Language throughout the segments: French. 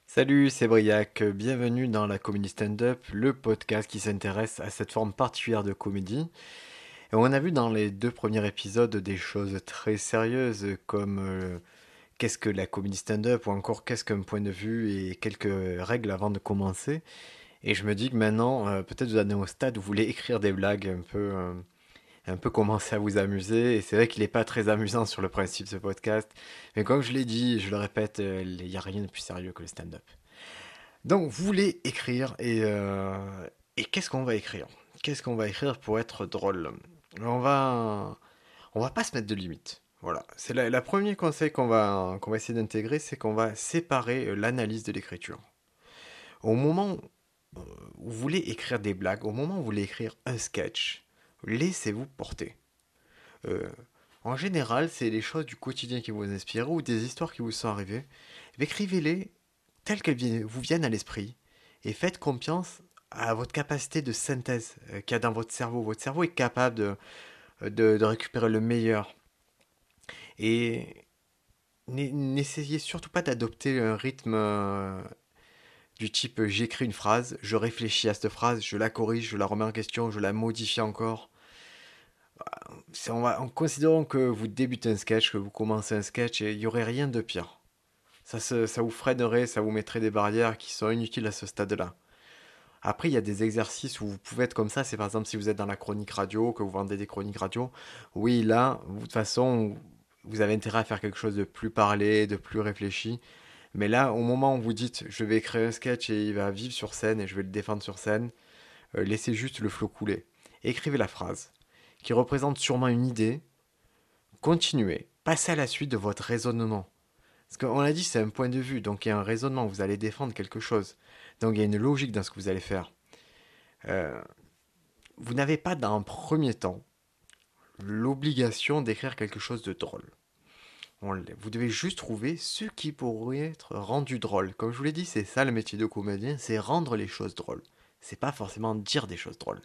Salut, c'est Briac. Bienvenue dans la Comedy Stand-Up, le podcast qui s'intéresse à cette forme particulière de comédie. Et on a vu dans les deux premiers épisodes des choses très sérieuses comme qu'est-ce que la comedy stand-up ou encore qu'est-ce qu'un point de vue et quelques règles avant de commencer. Et je me dis que maintenant, peut-être vous en êtes au stade où vous voulez écrire des blagues un peu commencer à vous amuser. Et c'est vrai qu'il n'est pas très amusant sur le principe de ce podcast. Mais comme je l'ai dit, je le répète, il n'y a rien de plus sérieux que le stand-up. Donc, vous voulez écrire et qu'est-ce qu'on va écrire? Qu'est-ce qu'on va écrire pour être drôle? On va pas se mettre de limites. Voilà, c'est la premier conseil qu'on va essayer d'intégrer, c'est qu'on va séparer l'analyse de l'écriture. Au moment où vous voulez écrire des blagues, au moment où vous voulez écrire un sketch, laissez-vous porter. Euh, En général, c'est les choses du quotidien qui vous inspirent ou des histoires qui vous sont arrivées. Écrivez-les telles qu'elles vous viennent à l'esprit et faites confiance à votre capacité de synthèse qu'il y a dans votre cerveau. Votre cerveau est capable de récupérer le meilleur. Et n'essayez surtout pas d'adopter un rythme du type j'écris une phrase, je réfléchis à cette phrase, je la corrige, je la remets en question, je la modifie encore. En considérant que vous débutez un sketch, que vous commencez un sketch, il n'y aurait rien de pire. Ça vous freinerait, ça vous mettrait des barrières qui sont inutiles à ce stade-là. Après, il y a des exercices où vous pouvez être comme ça. C'est par exemple si vous êtes dans la chronique radio, que vous vendez des chroniques radio. Oui, là, de toute façon, vous avez intérêt à faire quelque chose de plus parlé, de plus réfléchi. Mais là, au moment où vous dites, je vais créer un sketch et il va vivre sur scène et je vais le défendre sur scène, laissez juste le flot couler. Écrivez la phrase qui représente sûrement une idée. Continuez. Passez à la suite de votre raisonnement. Parce qu'on l'a dit, c'est un point de vue, donc il y a un raisonnement, vous allez défendre quelque chose. Donc il y a une logique dans ce que vous allez faire. Euh, vous n'avez pas dans un premier temps l'obligation d'écrire quelque chose de drôle. Vous devez juste trouver ce qui pourrait être rendu drôle. Comme je vous l'ai dit, c'est ça le métier de comédien, c'est rendre les choses drôles. C'est pas forcément dire des choses drôles.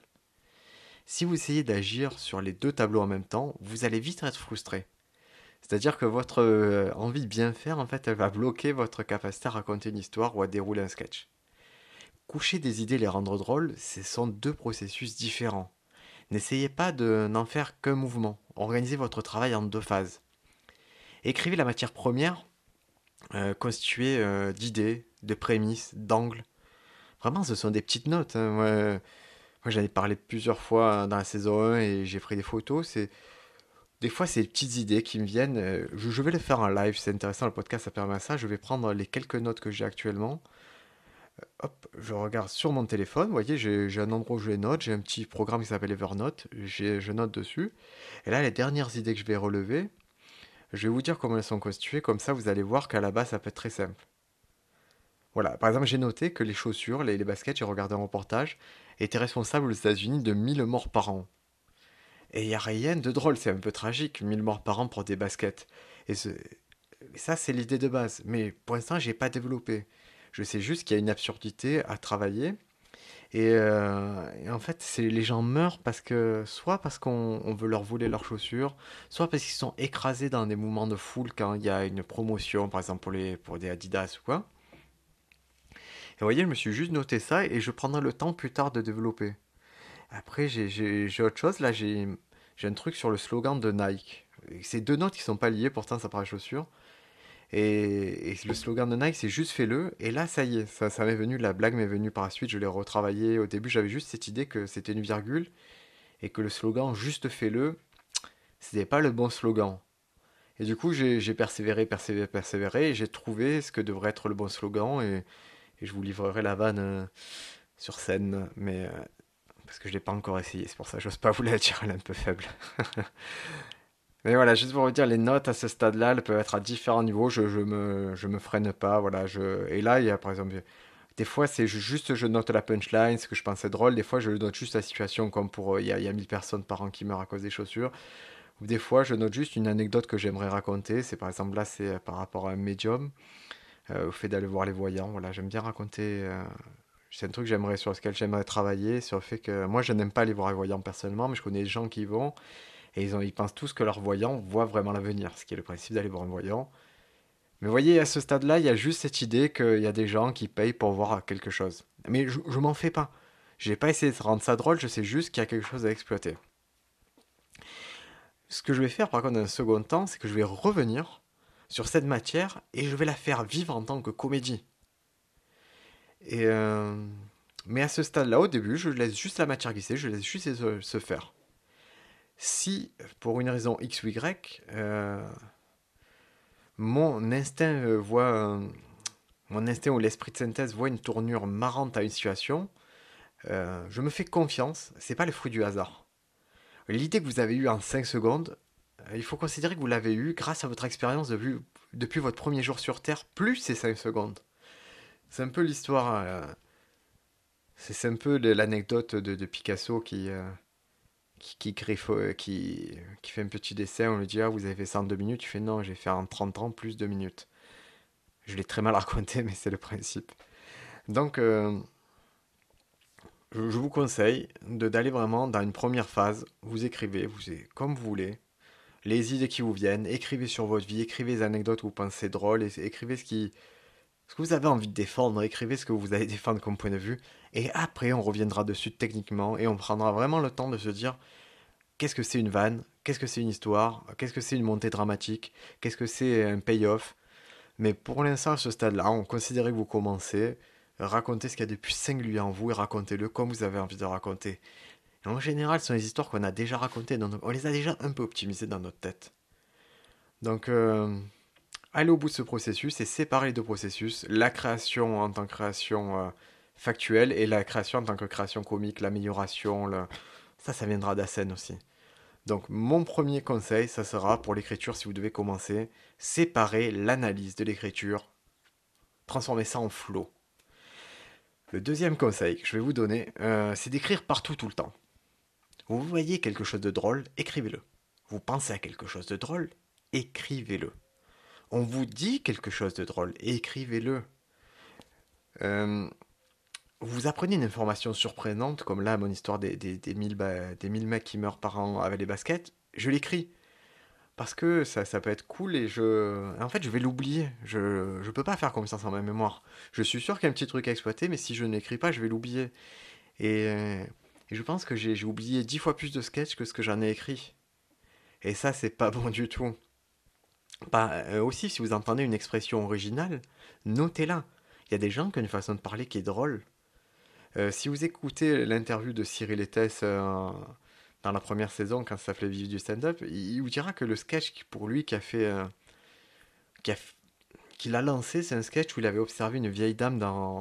Si vous essayez d'agir sur les deux tableaux en même temps, vous allez vite être frustré. C'est-à-dire que votre envie de bien faire, en fait, elle va bloquer votre capacité à raconter une histoire ou à dérouler un sketch. Coucher des idées et les rendre drôles, ce sont deux processus différents. N'essayez pas de n'en faire qu'un mouvement. Organisez votre travail en deux phases. Écrivez la matière première constituée d'idées, de prémices, d'angles. Vraiment, ce sont des petites notes, hein. Moi, j'en ai parlé plusieurs fois dans la saison 1 et j'ai pris des photos. Des fois, c'est des petites idées qui me viennent. Je vais le faire en live, c'est intéressant, le podcast, ça permet ça. Je vais prendre les quelques notes que j'ai actuellement. Hop, je regarde sur mon téléphone. Vous voyez, j'ai un endroit où je les note. J'ai un petit programme qui s'appelle Evernote. Je note dessus. Et là, les dernières idées que je vais relever, je vais vous dire comment elles sont constituées. Comme ça, vous allez voir qu'à la base, ça peut être très simple. Voilà, par exemple, j'ai noté que les chaussures, les baskets, j'ai regardé un reportage, étaient responsables aux États-Unis de 1 000 morts par an. Et il n'y a rien de drôle, c'est un peu tragique, 1 000 morts par an pour des baskets. Et, ce- et ça, c'est l'idée de base. Mais pour l'instant, j'ai pas développé. Je sais juste qu'il y a une absurdité à travailler. Et en fait, les gens meurent parce que soit parce qu'on veut leur voler leurs chaussures, soit parce qu'ils sont écrasés dans des mouvements de foule quand il y a une promotion, par exemple pour des Adidas ou quoi. Et vous voyez, je me suis juste noté ça et je prendrai le temps plus tard de développer. Après, j'ai autre chose. Là, j'ai un truc sur le slogan de Nike. C'est deux notes qui sont pas liées, pourtant ça paraît chaussure. Et le slogan de Nike, c'est juste fais-le. Et là, ça y est, ça m'est venu, la blague m'est venue par la suite, je l'ai retravaillé. Au début, j'avais juste cette idée que c'était une virgule et que le slogan juste fais-le, c'était pas le bon slogan. Et du coup, j'ai persévéré, persévéré, persévéré et j'ai trouvé ce que devrait être le bon slogan et je vous livrerai la vanne sur scène. Mais parce que je l'ai pas encore essayé, c'est pour ça que j'ose pas vous la dire, elle est un peu faible. Mais voilà, juste pour vous dire, les notes à ce stade-là, elles peuvent être à différents niveaux. Je me freine pas, voilà. Et là, il y a par exemple, des fois, juste je note la punchline, ce que je pensais drôle. Des fois, je note juste la situation, comme pour il y a 1000 personnes par an qui meurent à cause des chaussures. Ou des fois, je note juste une anecdote que j'aimerais raconter. C'est par exemple là, c'est par rapport à un médium, au fait d'aller voir les voyants. Voilà, j'aime bien raconter. C'est un truc que j'aimerais sur lequel j'aimerais travailler, sur le fait que moi, je n'aime pas aller voir les voyants personnellement, mais je connais des gens qui y vont. Et ils pensent tous que leur voyant voit vraiment l'avenir, ce qui est le principe d'aller voir un voyant. Mais vous voyez, à ce stade-là, il y a juste cette idée qu'il y a des gens qui payent pour voir quelque chose. Mais je m'en fais pas. J'ai pas essayé de rendre ça drôle, je sais juste qu'il y a quelque chose à exploiter. Ce que je vais faire par contre dans un second temps, c'est que je vais revenir sur cette matière et je vais la faire vivre en tant que comédie. Et mais à ce stade-là, au début, je laisse juste la matière glisser, je laisse juste se faire. Si, pour une raison X ou Y, mon instinct mon instinct ou l'esprit de synthèse voit une tournure marrante à une situation, je me fais confiance, c'est pas le fruit du hasard. L'idée que vous avez eue en 5 secondes, il faut considérer que vous l'avez eue grâce à votre expérience depuis votre premier jour sur Terre, plus ces 5 secondes. C'est un peu l'histoire, c'est un peu l'anecdote de Picasso qui fait un petit dessin, on lui dit ah vous avez fait ça en 2 minutes, il fait non j'ai fait en 30 ans plus 2 minutes. Je l'ai très mal raconté mais c'est le principe. Donc je vous conseille d'aller vraiment dans une première phase, vous écrivez, comme vous voulez, les idées qui vous viennent, écrivez sur votre vie, écrivez les anecdotes que vous pensez drôles, écrivez ce que vous avez envie de défendre, écrivez ce que vous allez défendre comme point de vue, et après on reviendra dessus techniquement et on prendra vraiment le temps de se dire qu'est-ce que c'est une vanne, qu'est-ce que c'est une histoire, qu'est-ce que c'est une montée dramatique, qu'est-ce que c'est un payoff. Mais pour l'instant, à ce stade-là, on considère que vous commencez, racontez ce qu'il y a de plus singulier en vous et racontez-le comme vous avez envie de raconter. Et en général, ce sont les histoires qu'on a déjà racontées, on les a déjà un peu optimisées dans notre tête. Donc, allez au bout de ce processus et séparer les deux processus, la création en tant que création factuelle et la création en tant que création comique, l'amélioration, ça viendra de la scène aussi. Donc mon premier conseil, ça sera pour l'écriture, si vous devez commencer, séparer l'analyse de l'écriture, transformer ça en flow. Le deuxième conseil que je vais vous donner, c'est d'écrire partout tout le temps. Vous voyez quelque chose de drôle, écrivez-le. Vous pensez à quelque chose de drôle, écrivez-le. On vous dit quelque chose de drôle, écrivez-le. Euh, vous apprenez une information surprenante, comme là, mon histoire des 1000 mecs qui meurent par an avec les baskets, je l'écris. Parce que ça peut être cool et en fait, je vais l'oublier. Je peux pas faire confiance en ma mémoire. Je suis sûr qu'il y a un petit truc à exploiter, mais si je n'écris pas, je vais l'oublier. Et je pense que j'ai oublié 10 fois plus de sketchs que ce que j'en ai écrit. Et ça, c'est pas bon du tout. Aussi, si vous entendez une expression originale, notez-la. Il y a des gens qui ont une façon de parler qui est drôle. Si vous écoutez l'interview de Cyril Etes dans la première saison, quand ça s'appelait Vivre du stand-up, il vous dira que le sketch pour lui qui a, qu'il a lancé, c'est un sketch où il avait observé une vieille dame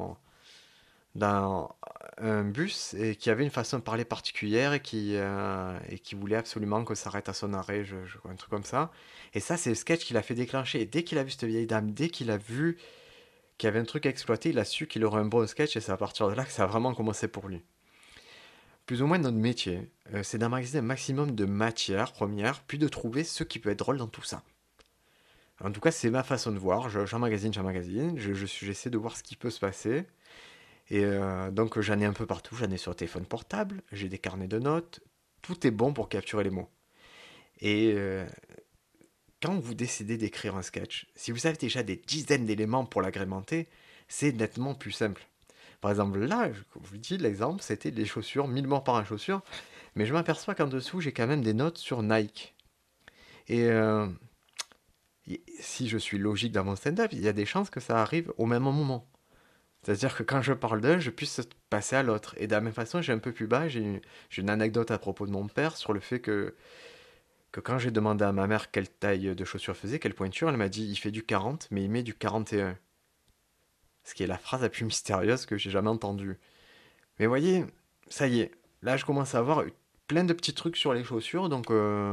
dans un bus et qui avait une façon de parler particulière et qui voulait absolument que ça s'arrête à son arrêt, un truc comme ça. Et ça, c'est le sketch qu'il a fait déclencher. Et dès qu'il a vu cette vieille dame, dès qu'il a vu qu'il y avait un truc à exploiter, il a su qu'il aurait un bon sketch et c'est à partir de là que ça a vraiment commencé pour lui. Plus ou moins notre métier, c'est d'emmagasiner un maximum de matière première, puis de trouver ce qui peut être drôle dans tout ça. En tout cas, c'est ma façon de voir. J'emmagasine, j'essaie de voir ce qui peut se passer. Et donc, j'en ai un peu partout. J'en ai sur le téléphone portable, j'ai des carnets de notes. Tout est bon pour capturer les mots. Et quand vous décidez d'écrire un sketch, si vous avez déjà des dizaines d'éléments pour l'agrémenter, c'est nettement plus simple. Par exemple, là, comme je vous dis, l'exemple, c'était les chaussures, 1000 morts par un chaussure. Mais je m'aperçois qu'en dessous, j'ai quand même des notes sur Nike. Et si je suis logique dans mon stand-up, il y a des chances que ça arrive au même moment. C'est-à-dire que quand je parle d'un, je puisse passer à l'autre. Et de la même façon, j'ai un peu plus bas, j'ai une anecdote à propos de mon père sur le fait que quand j'ai demandé à ma mère quelle taille de chaussure faisait, quelle pointure, elle m'a dit il fait du 40, mais il met du 41. Ce qui est la phrase la plus mystérieuse que j'ai jamais entendue. Mais voyez, ça y est. Là, je commence à avoir plein de petits trucs sur les chaussures, donc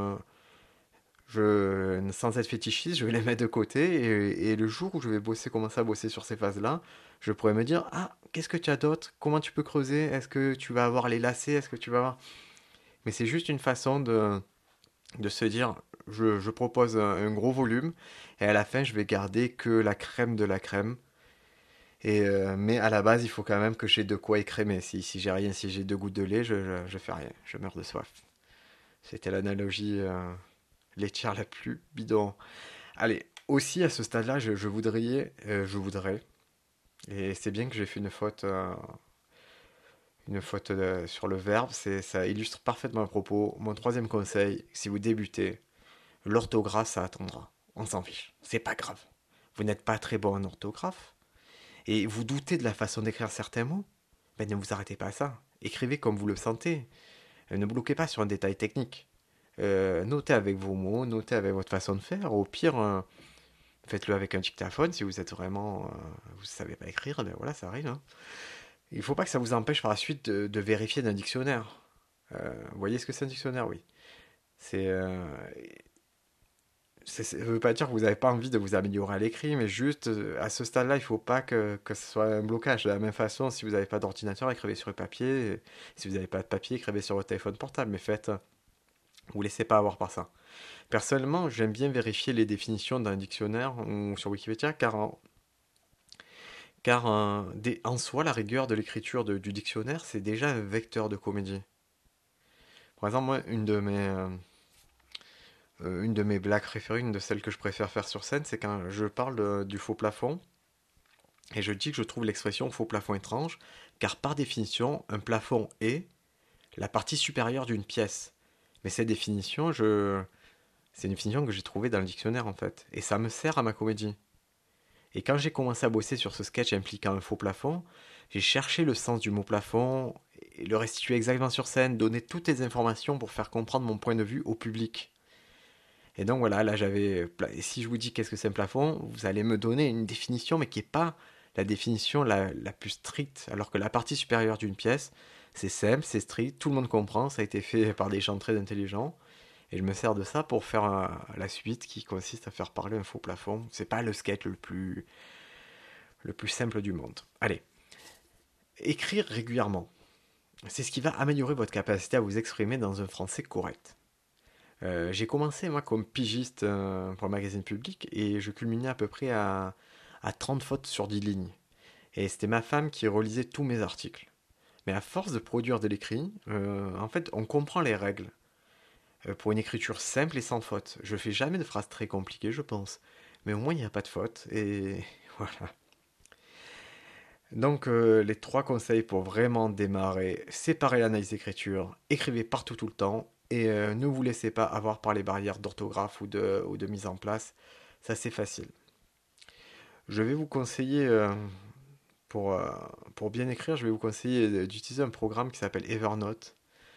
sans être fétichiste, je vais les mettre de côté et le jour où je vais commencer à bosser sur ces phases-là, je pourrais me dire, ah, qu'est-ce que tu as d'autre? Comment tu peux creuser? Est-ce que tu vas avoir les lacets? Est-ce que tu vas avoir... Mais c'est juste une façon de se dire, je propose un gros volume et à la fin, je vais garder que la crème de la crème. Mais à la base, il faut quand même que j'ai de quoi écrémer. Si j'ai rien, si j'ai 2 gouttes de lait, je fais rien. Je meurs de soif. C'était l'analogie laitière la plus bidon. Allez, Aussi, à ce stade-là, je voudrais, et c'est bien que j'ai fait une faute sur le verbe, ça illustre parfaitement le propos. Mon troisième conseil, si vous débutez, l'orthographe, ça attendra. On s'en fiche, c'est pas grave. Vous n'êtes pas très bon en orthographe, et vous doutez de la façon d'écrire certains mots, ben ne vous arrêtez pas à ça. Écrivez comme vous le sentez. Ne bloquez pas sur un détail technique. Notez avec vos mots, notez avec votre façon de faire. Au pire, faites-le avec un dictaphone si vous êtes vraiment, vous savez pas écrire, ben voilà, ça arrive, hein. Il ne faut pas que ça vous empêche par la suite de vérifier d'un dictionnaire. Vous voyez ce que c'est un dictionnaire, oui. C'est, ça ne veut pas dire que vous n'avez pas envie de vous améliorer à l'écrit, mais juste à ce stade-là, il ne faut pas que ce soit un blocage. De la même façon, si vous n'avez pas d'ordinateur, écrivez sur le papier. Si vous n'avez pas de papier, écrivez sur votre téléphone portable. Mais vous laissez pas avoir par ça. Personnellement, j'aime bien vérifier les définitions d'un dictionnaire ou sur Wikipédia, car en soi, la rigueur de l'écriture du dictionnaire, c'est déjà un vecteur de comédie. Par exemple, moi, une de mes blagues préférées, une de celles que je préfère faire sur scène, c'est quand je parle du faux plafond, et je dis que je trouve l'expression faux plafond étrange, car par définition, un plafond est la partie supérieure d'une pièce. Mais c'est une définition que j'ai trouvée dans le dictionnaire, en fait, et ça me sert à ma comédie. Et quand j'ai commencé à bosser sur ce sketch impliquant un faux plafond, j'ai cherché le sens du mot plafond, et le restituer exactement sur scène, donner toutes les informations pour faire comprendre mon point de vue au public. Et donc voilà, là et si je vous dis qu'est-ce que c'est un plafond, vous allez me donner une définition, mais qui n'est pas la définition la plus stricte. Alors que la partie supérieure d'une pièce, c'est simple, c'est strict, tout le monde comprend, ça a été fait par des gens très intelligents. Et je me sers de ça pour faire la suite qui consiste à faire parler un faux plafond. C'est pas le sketch le plus simple du monde. Allez, écrire régulièrement. C'est ce qui va améliorer votre capacité à vous exprimer dans un français correct. J'ai commencé, moi, comme pigiste pour un magazine public et je culminais à peu près à 30 fautes sur 10 lignes. Et c'était ma femme qui relisait tous mes articles. Mais à force de produire de l'écrit, en fait, on comprend les règles pour une écriture simple et sans faute. Je fais jamais de phrases très compliquées, je pense. Mais au moins, il n'y a pas de faute. Et voilà. Donc, les trois conseils pour vraiment démarrer, séparez l'analyse d'écriture, écrivez partout tout le temps, et ne vous laissez pas avoir par les barrières d'orthographe ou de mise en place. Ça, c'est facile. Je vais vous conseiller, pour, euh, pour bien écrire, je vais vous conseiller d'utiliser un programme qui s'appelle Evernote.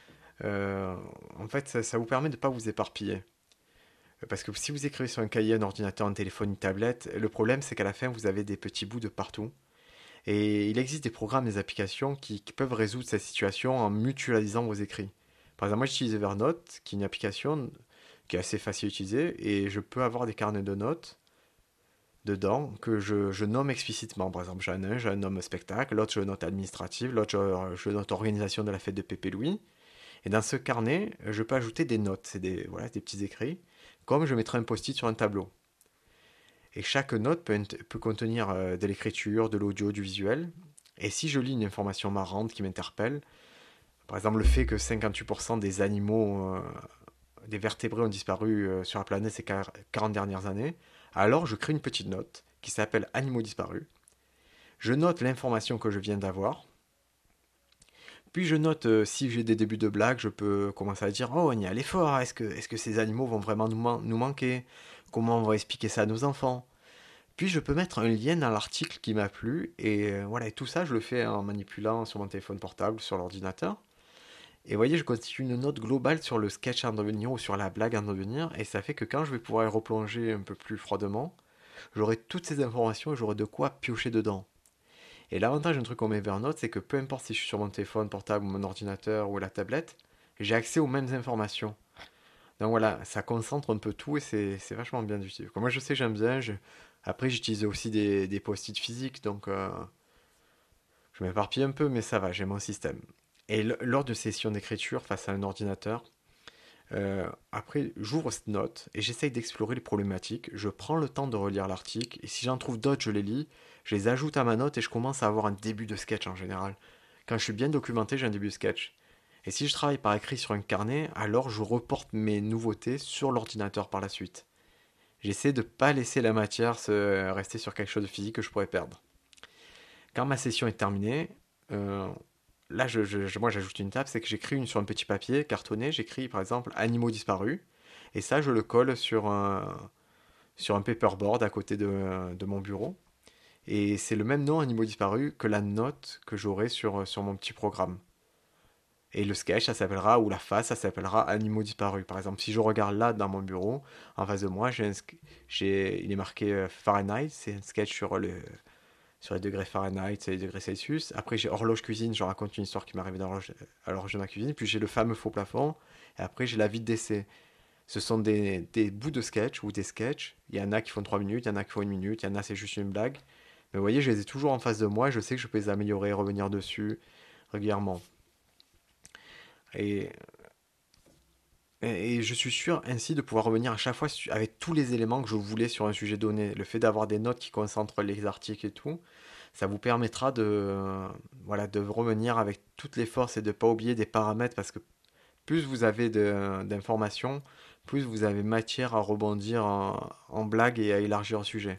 En fait, ça vous permet de ne pas vous éparpiller. Parce que si vous écrivez sur un cahier, un ordinateur, un téléphone, une tablette, le problème c'est qu'à la fin vous avez des petits bouts de partout. Et il existe des programmes, des applications qui peuvent résoudre cette situation en mutualisant vos écrits. Par exemple, moi j'utilise Evernote, qui est une application qui est assez facile à utiliser, et je peux avoir des carnets de notes dedans que je nomme explicitement. Par exemple, j'en ai un, je nomme spectacle, l'autre je note administrative, l'autre je note organisation de la fête de Pépé Louis. Et dans ce carnet, je peux ajouter des notes, c'est voilà, des petits écrits, comme je mettrais un post-it sur un tableau. Et chaque note peut contenir de l'écriture, de l'audio, du visuel. Et si je lis une information marrante qui m'interpelle, par exemple le fait que 58% des animaux, des vertébrés ont disparu sur la planète ces 40 dernières années, alors je crée une petite note qui s'appelle Animaux disparus. Je note l'information que je viens d'avoir. Puis je note si j'ai des débuts de blagues, je peux commencer à dire oh, on y allait fort, est-ce que ces animaux vont vraiment nous manquer? Comment on va expliquer ça à nos enfants? Puis je peux mettre un lien dans l'article qui m'a plu, et voilà, et tout ça je le fais en manipulant sur mon téléphone portable, sur l'ordinateur. Et vous voyez, je constitue une note globale sur le sketch à en devenir ou sur la blague à en devenir, et ça fait que quand je vais pouvoir y replonger un peu plus froidement, j'aurai toutes ces informations et j'aurai de quoi piocher dedans. Et l'avantage d'un truc comme Evernote, c'est que peu importe si je suis sur mon téléphone portable ou mon ordinateur ou la tablette, j'ai accès aux mêmes informations. Donc voilà, ça concentre un peu tout et c'est vachement bien d'utiliser. Moi je sais, j'aime bien. Après, j'utilise aussi des post-it physiques, donc je m'éparpille un peu, mais ça va, j'ai mon système. Et lors de sessions d'écriture face à un ordinateur, après, j'ouvre cette note et j'essaye d'explorer les problématiques. Je prends le temps de relire l'article et si j'en trouve d'autres, je les lis. Je les ajoute à ma note et je commence à avoir un début de sketch en général. Quand je suis bien documenté, j'ai un début de sketch. Et si je travaille par écrit sur un carnet, alors je reporte mes nouveautés sur l'ordinateur par la suite. J'essaie de pas laisser la matière rester sur quelque chose de physique que je pourrais perdre. Quand ma session est terminée, euh, là, moi, j'ajoute une table, c'est que j'écris sur un petit papier cartonné, j'écris par exemple animaux disparus, et ça, je le colle sur un paperboard à côté de mon bureau. Et c'est le même nom animaux disparus que la note que j'aurai sur mon petit programme. Et le sketch, ça s'appellera, ou la face, ça s'appellera animaux disparus. Par exemple, si je regarde là dans mon bureau, en face de moi, il est marqué Fahrenheit, c'est un sketch sur les degrés Fahrenheit et les degrés Celsius. Après, j'ai horloge cuisine, je raconte une histoire qui m'est arrivée à l'horloge de ma cuisine. Puis j'ai le fameux faux plafond. Et après, j'ai la vie d'essai. Ce sont des bouts de sketch ou des sketchs. Il y en a qui font 3 minutes, il y en a qui font 1 minute, il y en a c'est juste une blague. Mais vous voyez, je les ai toujours en face de moi et je sais que je peux les améliorer, revenir dessus régulièrement. Et, et je suis sûr ainsi de pouvoir revenir à chaque fois avec tous les éléments que je voulais sur un sujet donné. Le fait d'avoir des notes qui concentrent les articles et tout, ça vous permettra voilà, de revenir avec toutes les forces et de ne pas oublier des paramètres parce que plus vous avez d'informations, plus vous avez matière à rebondir en blague et à élargir le sujet.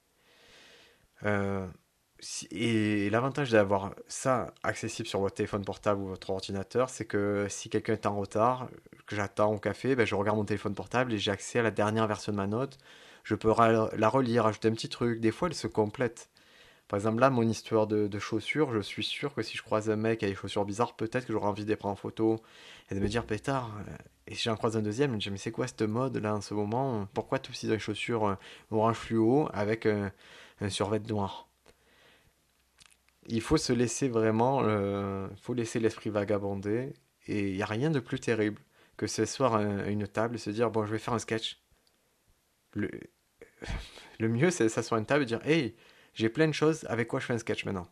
Euh, et l'avantage d'avoir ça accessible sur votre téléphone portable ou votre ordinateur, c'est que si quelqu'un est en retard, que j'attends au café, ben je regarde mon téléphone portable et j'ai accès à la dernière version de ma note. Je peux la relire, ajouter un petit truc. Des fois, elle se complète. Par exemple, là, mon histoire de chaussures, je suis sûr que si je croise un mec avec des chaussures bizarres, peut-être que j'aurai envie de les prendre en photo et de me dire, pétard. Et si j'en croise un deuxième, je me dis, mais c'est quoi cette mode là en ce moment? Pourquoi tous ils ont des chaussures orange fluo avec un survêt noir? Il faut se laisser vraiment, il faut laisser l'esprit vagabonder. Et il n'y a rien de plus terrible que s'asseoir à une table et se dire, bon, je vais faire un sketch. Le, le mieux, c'est s'asseoir à une table et dire, hey, j'ai plein de choses, avec quoi je fais un sketch maintenant?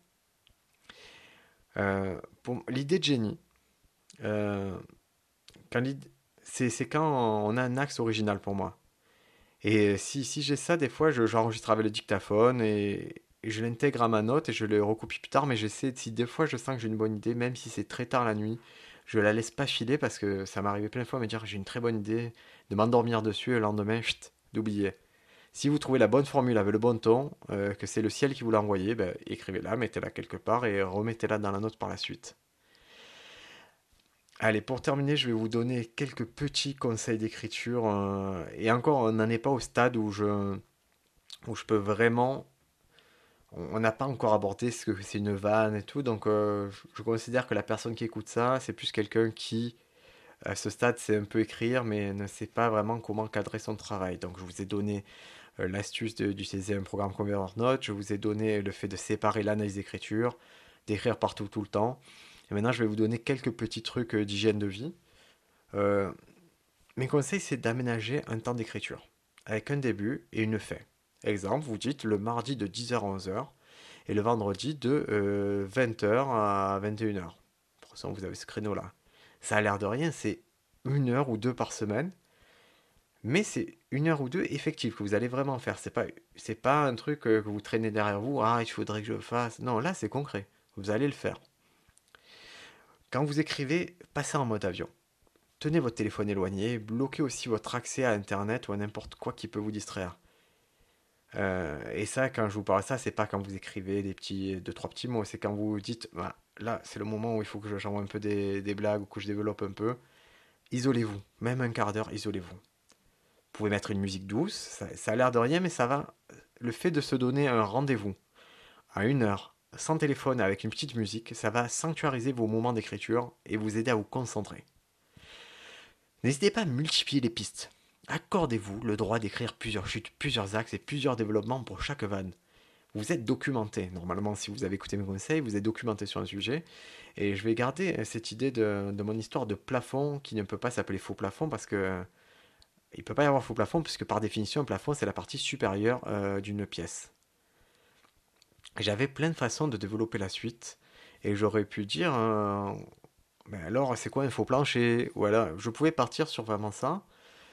Pour l'idée de génie, euh, quand c'est quand on a un axe original pour moi. Et si j'ai ça, des fois, j'enregistre avec le dictaphone et je l'intègre à ma note et je le recopie plus tard. Mais j'essaie, si des fois je sens que j'ai une bonne idée, même si c'est très tard la nuit, je la laisse pas filer parce que ça m'est arrivé plein de fois de me dire j'ai une très bonne idée, de m'endormir dessus et le lendemain, chut, d'oublier. Si vous trouvez la bonne formule avec le bon ton, que c'est le ciel qui vous l'a envoyé, ben, écrivez-la, mettez-la quelque part et remettez-la dans la note par la suite. Allez, pour terminer, je vais vous donner quelques petits conseils d'écriture. Et encore, on n'en est pas au stade où je peux vraiment. On n'a pas encore abordé ce que c'est une vanne et tout. Donc, je considère que la personne qui écoute ça, c'est plus quelqu'un qui, à ce stade, sait un peu écrire, mais ne sait pas vraiment comment cadrer son travail. Donc, je vous ai donné l'astuce d'utiliser un programme comme Evernote. Je vous ai donné le fait de séparer l'analyse d'écriture, d'écrire partout tout le temps. Et maintenant, je vais vous donner quelques petits trucs d'hygiène de vie. Euh, Mes conseils, c'est d'aménager un temps d'écriture, avec un début et une fin. Exemple, vous dites le mardi de 10h à 11h et le vendredi de 20h à 21h. Pour ça, vous avez ce créneau-là. Ça a l'air de rien, c'est 1 heure ou 2 par semaine, mais c'est 1 heure ou 2 effectives que vous allez vraiment faire. C'est pas un truc que vous traînez derrière vous. Ah, il faudrait que je le fasse. Non, là, c'est concret. Vous allez le faire. Quand vous écrivez, passez en mode avion. Tenez votre téléphone éloigné, bloquez aussi votre accès à Internet ou à n'importe quoi qui peut vous distraire. Et ça, quand je vous parle de ça, c'est pas quand vous écrivez deux, trois petits mots, c'est quand vous dites, bah, là, c'est le moment où il faut que j'envoie un peu des blagues ou que je développe un peu. Isolez-vous, même un quart d'heure, isolez-vous. Vous pouvez mettre une musique douce, ça a l'air de rien, mais ça va. Le fait de se donner un rendez-vous à 1 heure, sans téléphone, avec une petite musique, ça va sanctuariser vos moments d'écriture et vous aider à vous concentrer. N'hésitez pas à multiplier les pistes. Accordez-vous le droit d'écrire plusieurs chutes, plusieurs axes et plusieurs développements pour chaque vanne. Vous êtes documenté. Normalement, si vous avez écouté mes conseils, vous êtes documenté sur un sujet. Et je vais garder cette idée de mon histoire de plafond qui ne peut pas s'appeler faux plafond parce que il ne peut pas y avoir faux plafond puisque par définition, un plafond, c'est la partie supérieure d'une pièce. J'avais plein de façons de développer la suite. Et j'aurais pu dire, ben alors, c'est quoi un faux plancher? Ou alors, je pouvais partir sur vraiment ça.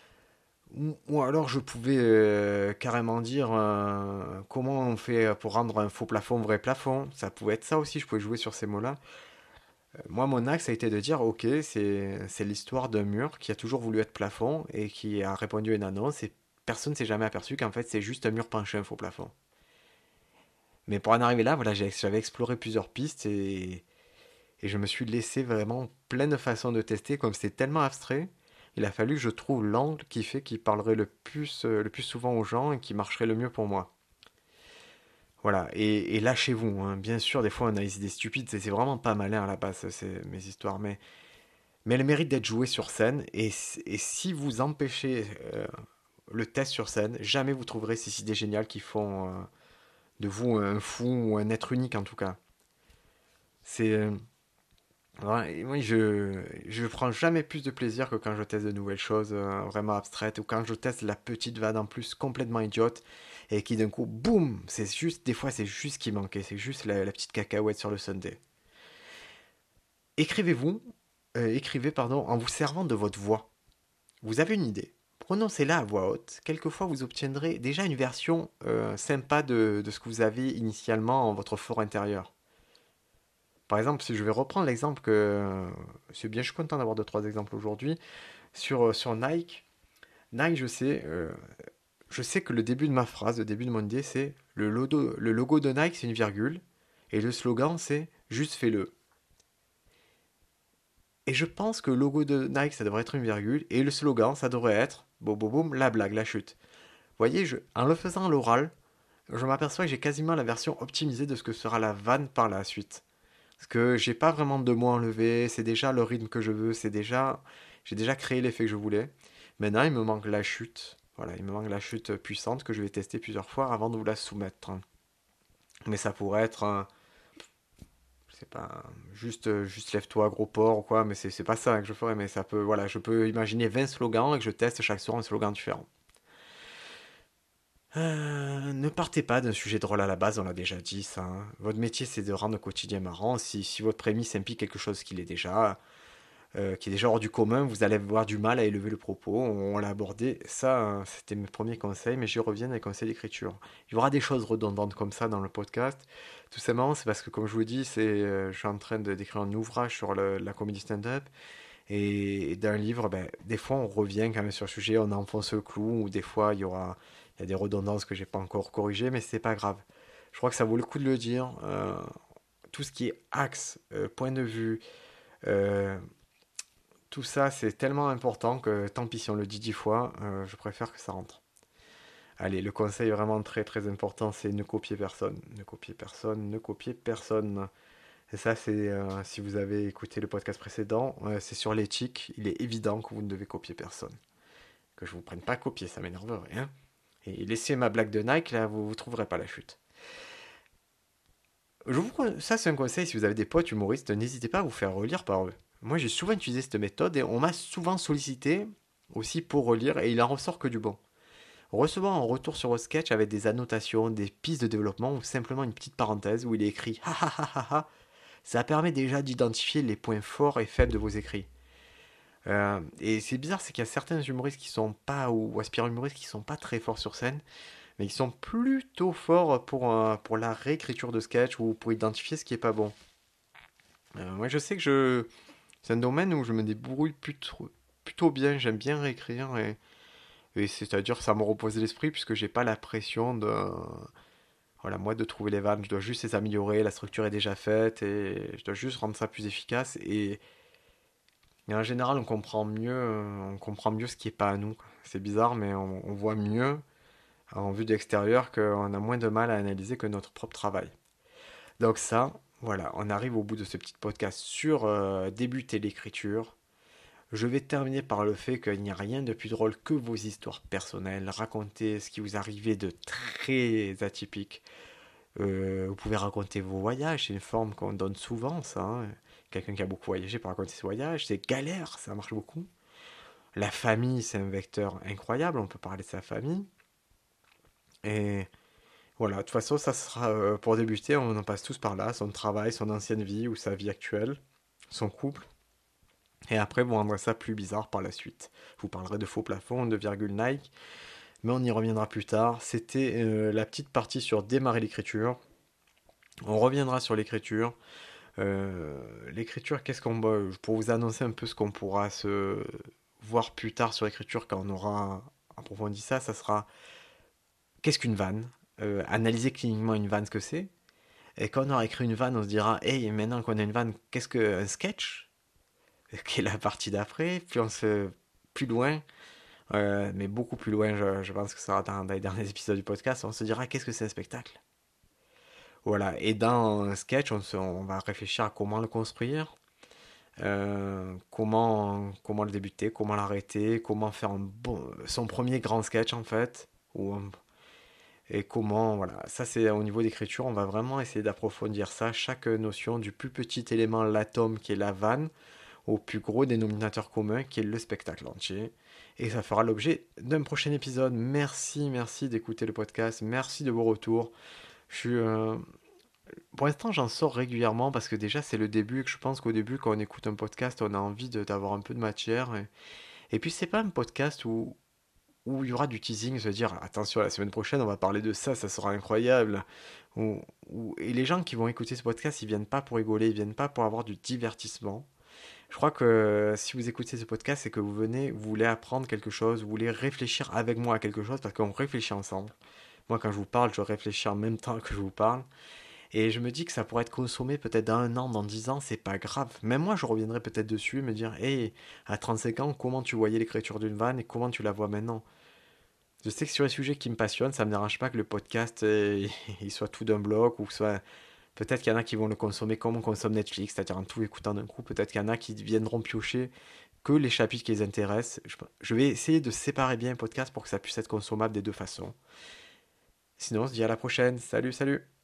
Ou alors je pouvais carrément dire comment on fait pour rendre un faux plafond vrai plafond. Ça pouvait être ça aussi, je pouvais jouer sur ces mots-là. Moi, mon axe a été de dire, ok, c'est l'histoire d'un mur qui a toujours voulu être plafond et qui a répondu à une annonce. Et personne ne s'est jamais aperçu qu'en fait c'est juste un mur penché, un faux plafond. Mais pour en arriver là, voilà, j'avais exploré plusieurs pistes et je me suis laissé vraiment plein de façons de tester. Comme c'était tellement abstrait, il a fallu que je trouve l'angle qui parlerait le plus souvent aux gens et qui marcherait le mieux pour moi. Voilà, et lâchez-vous, hein. Bien sûr, des fois on a des idées stupides, c'est vraiment pas malin à la base, c'est mes histoires, mais elles méritent d'être jouées sur scène, et si vous empêchez le test sur scène, jamais vous trouverez ces idées géniales qui font de vous un fou ou un être unique en tout cas. C'est ouais, oui, je prends jamais plus de plaisir que quand je teste de nouvelles choses vraiment abstraites ou quand je teste la petite vanne en plus complètement idiote et qui d'un coup, boum, c'est juste, des fois c'est juste ce qui manquait, c'est juste la petite cacahuète sur le Sunday. Écrivez-vous, écrivez pardon, en vous servant de votre voix. Vous avez une idée. Prononcez-la à voix haute. Quelquefois, vous obtiendrez déjà une version sympa de ce que vous avez initialement en votre fort intérieur. Par exemple, si je vais reprendre l'exemple que... C'est bien, je suis content d'avoir deux, trois exemples aujourd'hui. Sur Nike, Nike, je sais que le début de ma phrase, le début de mon idée, c'est le logo de Nike, c'est une virgule. Et le slogan, c'est juste fais-le. Et je pense que le logo de Nike, ça devrait être une virgule. Et le slogan, ça devrait être boum, boum, boum, la blague, la chute. Vous voyez, en le faisant à l'oral, je m'aperçois que j'ai quasiment la version optimisée de ce que sera la vanne par la suite. Parce que j'ai pas vraiment de mots enlevés, c'est déjà le rythme que je veux, j'ai déjà créé l'effet que je voulais. Maintenant, il me manque la chute. Voilà, il me manque la chute puissante que je vais tester plusieurs fois avant de vous la soumettre. Mais ça pourrait être je sais pas, juste lève-toi gros porc ou quoi, mais c'est pas ça que je ferais, mais ça peut, voilà, je peux imaginer 20 slogans et que je teste chaque soir un slogan différent. Ne partez pas d'un sujet drôle à la base, on l'a déjà dit ça, hein. Votre métier c'est de rendre le quotidien marrant. Si votre prémisse implique quelque chose qui est déjà hors du commun, vous allez avoir du mal à élever le propos. On l'a abordé, ça c'était mes premiers conseils, mais j'y reviens dans les conseils d'écriture. Il y aura des choses redondantes comme ça dans le podcast. Tout simplement, c'est parce que comme je vous dis, je suis en train d'écrire un ouvrage sur la comédie stand-up. Et d'un livre, ben, des fois on revient quand même sur le sujet, on enfonce le clou, ou des fois il y a des redondances que j'ai pas encore corrigées, mais c'est pas grave. Je crois que ça vaut le coup de le dire. Tout ce qui est axe, point de vue, euh, tout ça c'est tellement important que tant pis si on le dit 10 fois, je préfère que ça rentre. Allez, le conseil vraiment très très important, c'est ne copier personne. Ne copier personne, ne copier personne. Et ça, c'est si vous avez écouté le podcast précédent, c'est sur l'éthique. Il est évident que vous ne devez copier personne. Que je vous prenne pas à copier, ça m'énerverait, hein. Et laissez ma blague de Nike, là, vous ne trouverez pas la chute. Ça, c'est un conseil, si vous avez des potes humoristes, n'hésitez pas à vous faire relire par eux. Moi, j'ai souvent utilisé cette méthode et on m'a souvent sollicité aussi pour relire et il en ressort que du bon. Recevant un retour sur vos sketch avec des annotations, des pistes de développement ou simplement une petite parenthèse où il est écrit ha ha ha ha ha, ça permet déjà d'identifier les points forts et faibles de vos écrits. Et c'est bizarre, c'est qu'il y a certains humoristes qui sont pas, ou aspirants humoristes qui sont pas très forts sur scène, mais qui sont plutôt forts pour la réécriture de sketch ou pour identifier ce qui est pas bon. Moi, je sais que c'est un domaine où je me débrouille plutôt bien, j'aime bien réécrire, et c'est-à-dire ça me repose l'esprit puisque j'ai pas la pression voilà, moi de trouver les vannes, je dois juste les améliorer, la structure est déjà faite et je dois juste rendre ça plus efficace et en général, on comprend mieux ce qui est pas à nous, quoi. C'est bizarre, mais on voit mieux en vue d'extérieur qu'on a moins de mal à analyser que notre propre travail. Donc ça, voilà, on arrive au bout de ce petit podcast sur débuter l'écriture. Je vais terminer par le fait qu'il n'y a rien de plus drôle que vos histoires personnelles, raconter ce qui vous arrivait de très atypique. Vous pouvez raconter vos voyages, c'est une forme qu'on donne souvent, ça, hein. Quelqu'un qui a beaucoup voyagé peut raconter ses voyages, ses galères, ça marche beaucoup. La famille, c'est un vecteur incroyable, on peut parler de sa famille. Et voilà, de toute façon, ça sera pour débuter, on en passe tous par là, son travail, son ancienne vie ou sa vie actuelle, son couple. Et après, vous rendrez ça plus bizarre par la suite. Je vous parlerai de faux plafonds, de virgule Nike, mais on y reviendra plus tard. C'était la petite partie sur démarrer l'écriture. On reviendra sur l'écriture. L'écriture, qu'est-ce qu'on va... Pour vous annoncer un peu ce qu'on pourra se voir plus tard sur l'écriture quand on aura approfondi ça, ça sera qu'est-ce qu'une vanne, analyser cliniquement une vanne, ce que c'est. Et quand on aura écrit une vanne, on se dira, hey, maintenant qu'on a une vanne, qu'est-ce qu'un sketch? Qui est la partie d'après. Puis on se plus loin, mais beaucoup plus loin, je pense que ça sera dans les derniers épisodes du podcast, on se dira qu'est-ce que c'est un spectacle. Voilà, et dans un sketch, on va réfléchir à comment le construire, comment le débuter, comment l'arrêter, comment faire son premier grand sketch en fait, et comment, voilà, ça c'est au niveau d'écriture, on va vraiment essayer d'approfondir ça, chaque notion du plus petit élément, l'atome qui est la vanne, au plus gros dénominateur commun qui est le spectacle entier. Et ça fera l'objet d'un prochain épisode. Merci d'écouter le podcast, merci de vos retours. Je suis, pour l'instant, j'en sors régulièrement parce que déjà, c'est le début. Et que je pense qu'au début, quand on écoute un podcast, on a envie d'avoir un peu de matière. Et puis, c'est pas un podcast où il y aura du teasing, se dire attention, la semaine prochaine, on va parler de ça, ça sera incroyable. Et les gens qui vont écouter ce podcast, ils viennent pas pour rigoler, ils viennent pas pour avoir du divertissement. Je crois que si vous écoutez ce podcast, c'est que vous voulez apprendre quelque chose, vous voulez réfléchir avec moi à quelque chose parce qu'on réfléchit ensemble. Moi, quand je vous parle, je réfléchis en même temps que je vous parle. Et je me dis que ça pourrait être consommé peut-être dans un an, dans 10 ans, c'est pas grave. Même moi, je reviendrai peut-être dessus et me dire, hey, à 35 ans, comment tu voyais l'écriture d'une vanne et comment tu la vois maintenant? Je sais que sur les sujets qui me passionnent, ça me dérange pas que le podcast il soit tout d'un bloc ou que soit. Peut-être qu'il y en a qui vont le consommer comme on consomme Netflix, c'est-à-dire en tout écoutant d'un coup. Peut-être qu'il y en a qui viendront piocher que les chapitres qui les intéressent. Je vais essayer de séparer bien un podcast pour que ça puisse être consommable des deux façons. Sinon, on se dit à la prochaine. Salut, salut!